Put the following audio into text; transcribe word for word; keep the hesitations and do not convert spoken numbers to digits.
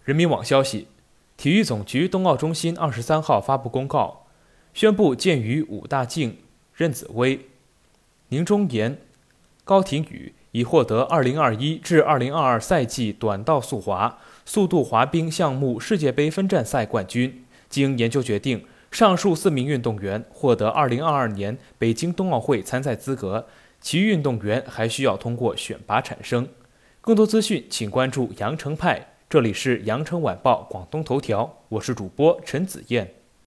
人民网消息，体育总局冬奥中心二十三号发布公告，宣布鉴于武大靖、任子威、宁忠岩、高廷宇已获得二零二一至二零二二赛季短道速滑、速度滑冰项目世界杯分站赛冠军。经研究决定，上述四名运动员获得二零二二年北京冬奥会参赛资格，其余运动员还需要通过选拔产生。更多资讯请关注羊城派。这里是羊城晚报广东头条，我是主播陈子燕。